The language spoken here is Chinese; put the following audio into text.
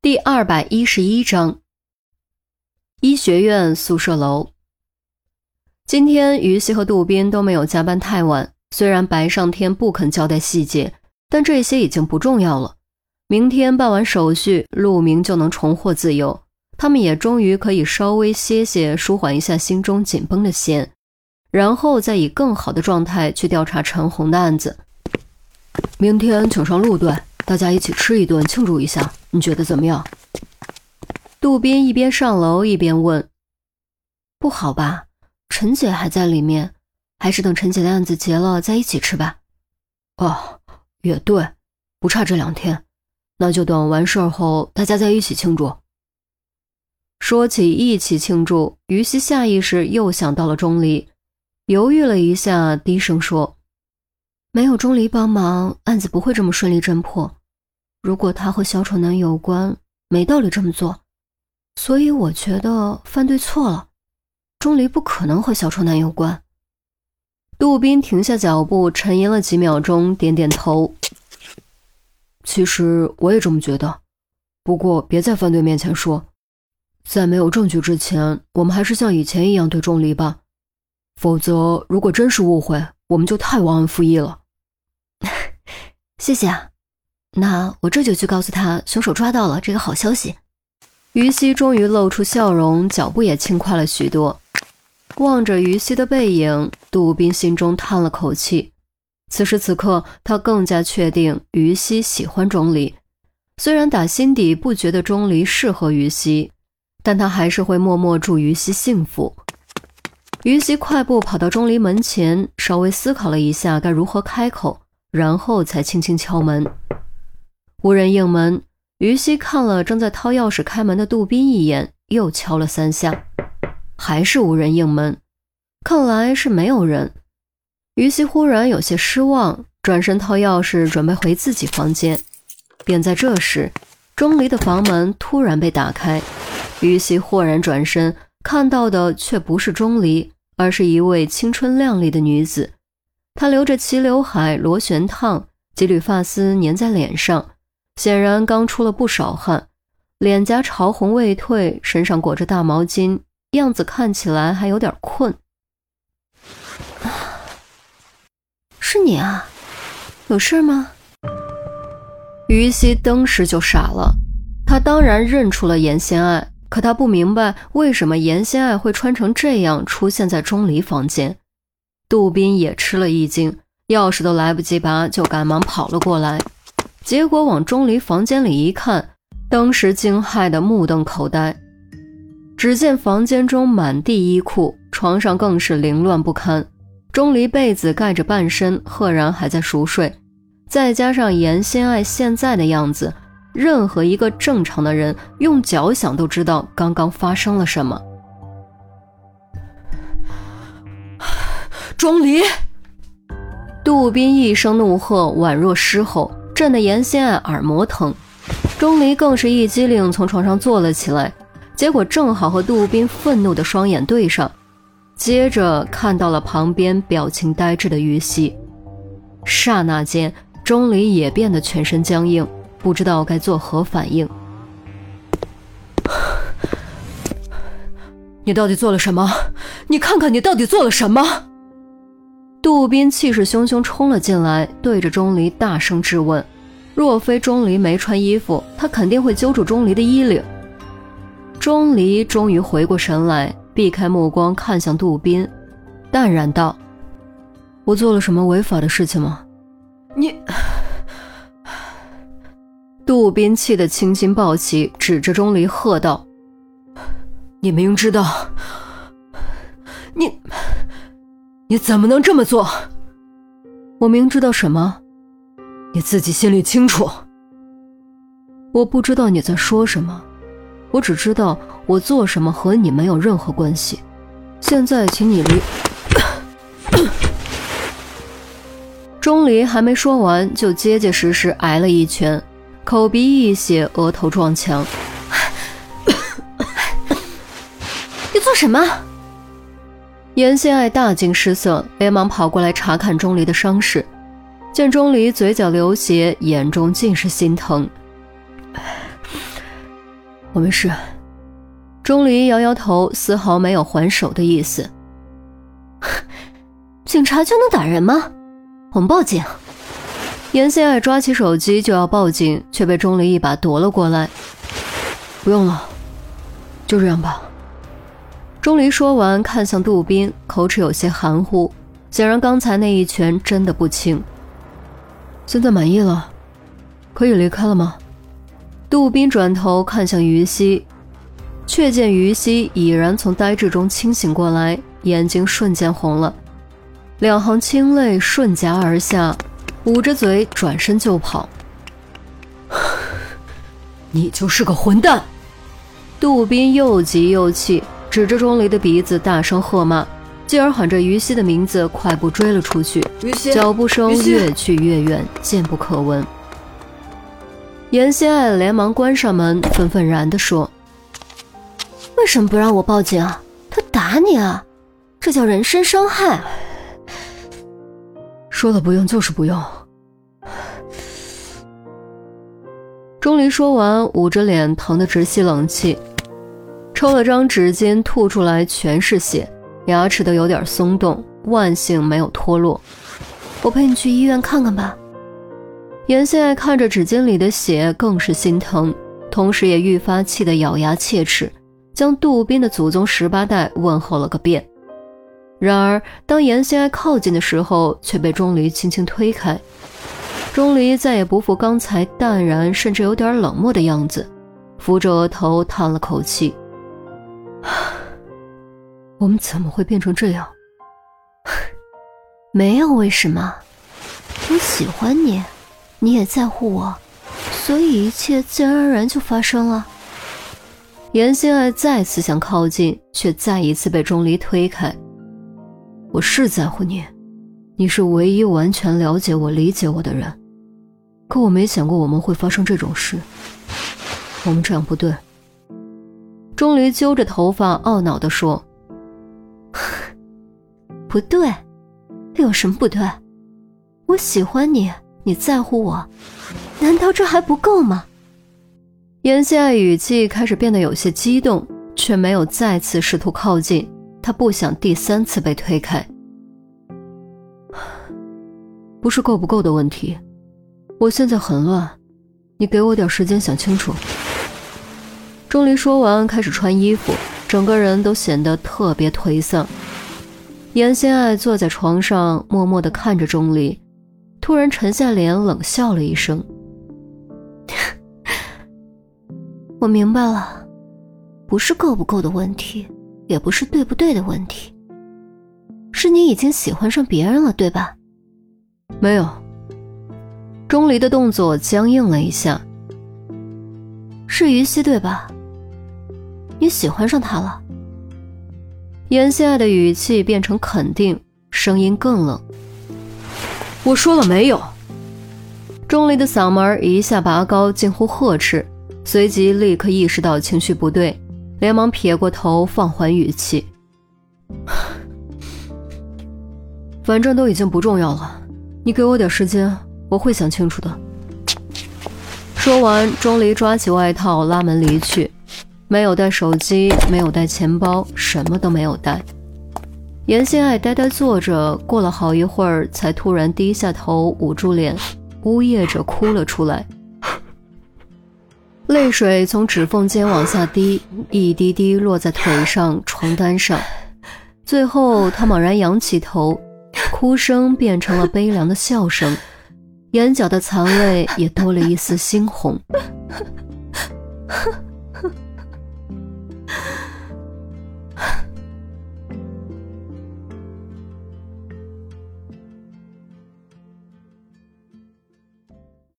第211章医学院宿舍楼。今天于西和杜宾都没有加班太晚，虽然白上天不肯交代细节，但这些已经不重要了。明天办完手续，陆明就能重获自由，他们也终于可以稍微歇歇，舒缓一下心中紧绷的弦，然后再以更好的状态去调查陈红的案子。明天请上路队，大家一起吃一顿庆祝一下，你觉得怎么样？杜宾一边上楼一边问。不好吧，陈姐还在里面，还是等陈姐的案子结了再一起吃吧。哦，也对，不差这2天，那就等完事后大家再一起庆祝。说起一起庆祝，于西下意识又想到了钟离，犹豫了一下，低声说，没有钟离帮忙，案子不会这么顺利侦破。如果他和小丑男有关，没道理这么做。所以我觉得犯对错了，钟离不可能和小丑男有关。杜宾停下脚步，沉吟了几秒钟，点点头。其实我也这么觉得，不过别在犯对面前说。在没有证据之前，我们还是像以前一样对钟离吧。否则，如果真是误会，我们就太忘恩负义了。谢谢啊，那我这就去告诉他凶手抓到了这个好消息。于西终于露出笑容，脚步也轻快了许多。望着于西的背影，杜宾心中叹了口气。此时此刻，他更加确定于西喜欢钟离，虽然打心底不觉得钟离适合于西，但他还是会默默祝于西幸福。于西快步跑到钟离门前，稍微思考了一下该如何开口，然后才轻轻敲门。无人应门，于西看了正在掏钥匙开门的杜宾一眼，又敲了3下，还是无人应门，看来是没有人。于西忽然有些失望，转身掏钥匙准备回自己房间。便在这时，钟离的房门突然被打开，于西豁然转身，看到的却不是钟离，而是一位青春靓丽的女子。她留着齐刘海，螺旋烫，几缕发丝粘在脸上，显然刚出了不少汗，脸颊潮红未退，身上裹着大毛巾，样子看起来还有点困。是你啊，有事吗？于西当时就傻了，他当然认出了严仙爱，可他不明白为什么严仙爱会穿成这样出现在钟离房间。杜宾也吃了一惊，钥匙都来不及拔，就赶忙跑了过来。结果往钟离房间里一看，当时惊骇得目瞪口呆。只见房间中满地衣裤，床上更是凌乱不堪，钟离被子盖着半身，赫然还在熟睡。再加上严仙爱现在的样子，任何一个正常的人用脚想都知道刚刚发生了什么。钟离！杜宾一声怒喝，宛若狮吼，震得严仙爱耳膜疼。钟离更是一激灵，从床上坐了起来，结果正好和杜宾愤怒的双眼对上，接着看到了旁边表情呆滞的于西。刹那间，钟离也变得全身僵硬，不知道该作何反应。你到底做了什么？你看看你到底做了什么？杜宾气势汹汹冲了进来，对着钟离大声质问。若非钟离没穿衣服，他肯定会揪住钟离的衣领。钟离终于回过神来，避开目光看向杜宾，淡然道，我做了什么违法的事情吗？你……杜宾气得青筋暴起，指着钟离喝道，你明知道，你怎么能这么做？我明知道什么？你自己心里清楚。我不知道你在说什么，我只知道我做什么和你没有任何关系。现在请你离……钟离还没说完，就结结实实挨了一拳，口鼻溢血，额头撞墙。你做什么？严仙爱大惊失色，连忙跑过来查看钟离的伤势。见钟离嘴角流血，眼中尽是心疼。 我没事。钟离摇摇头，丝毫没有还手的意思。 警察就能打人吗？我们报警。 严心爱抓起手机就要报警，却被钟离一把夺了过来。不用了，就这样吧。钟离说完，看向杜宾，口齿有些含糊，显然刚才那一拳真的不轻。现在满意了，可以离开了吗？杜宾转头看向于西，却见于西已然从呆滞中清醒过来，眼睛瞬间红了，两行清泪顺颊而下，捂着嘴转身就跑。你就是个混蛋！杜宾又急又气，指着钟离的鼻子大声喝骂，继而喊着于西的名字快步追了出去，脚步声越去越远，渐不可闻。严心爱连忙关上门，愤愤然地说： 为什么不让我报警啊？他打你啊，这叫人身伤害。 说了不用就是不用。钟离说完，捂着脸疼得直吸冷气，抽了张纸巾吐出来全是血，牙齿都有点松动，万幸没有脱落。 我陪你去医院看看吧。 严心爱看着纸巾里的血更是心疼，同时也愈发气得咬牙切齿，将杜宾的祖宗18代问候了个遍。然而当严心爱靠近的时候，却被钟离轻轻推开。钟离再也不复刚才淡然甚至有点冷漠的样子，扶着额头叹了口气。我们怎么会变成这样？ 没有为什么，我喜欢你，你也在乎我，所以一切自然而然就发生了。 严心爱再次想靠近，却再一次被钟离推开。我是在乎你，你是唯一完全了解我理解我的人，可我没想过我们会发生这种事，我们这样不对。钟离揪着头发懊恼地说。 不对？有什么不对？我喜欢你，你在乎我，难道这还不够吗？ 严心爱语气开始变得有些激动，却没有再次试图靠近，他不想第3次被推开。不是够不够的问题，我现在很乱，你给我点时间想清楚。钟离说完开始穿衣服，整个人都显得特别颓丧。严心爱坐在床上默默地看着钟离，突然沉下脸冷笑了一声。 我明白了，不是够不够的问题，也不是对不对的问题，是你已经喜欢上别人了，对吧？ 没有。钟离的动作僵硬了一下。 是于西对吧？你喜欢上他了？ 严心爱的语气变成肯定，声音更冷。我说了没有。钟离的嗓门一下拔高，近乎呵斥，随即立刻意识到情绪不对，连忙撇过头放缓语气。反正都已经不重要了，你给我点时间，我会想清楚的。说完，钟离抓起外套拉门离去，没有带手机，没有带钱包，什么都没有带。严心爱呆呆坐着，过了好一会儿才突然低下头捂住脸，呜咽着哭了出来。泪水从指缝间往下滴，一滴滴落在腿上、床单上。最后他猛然仰起头，哭声变成了悲凉的笑声，眼角的残泪也多了一丝猩红。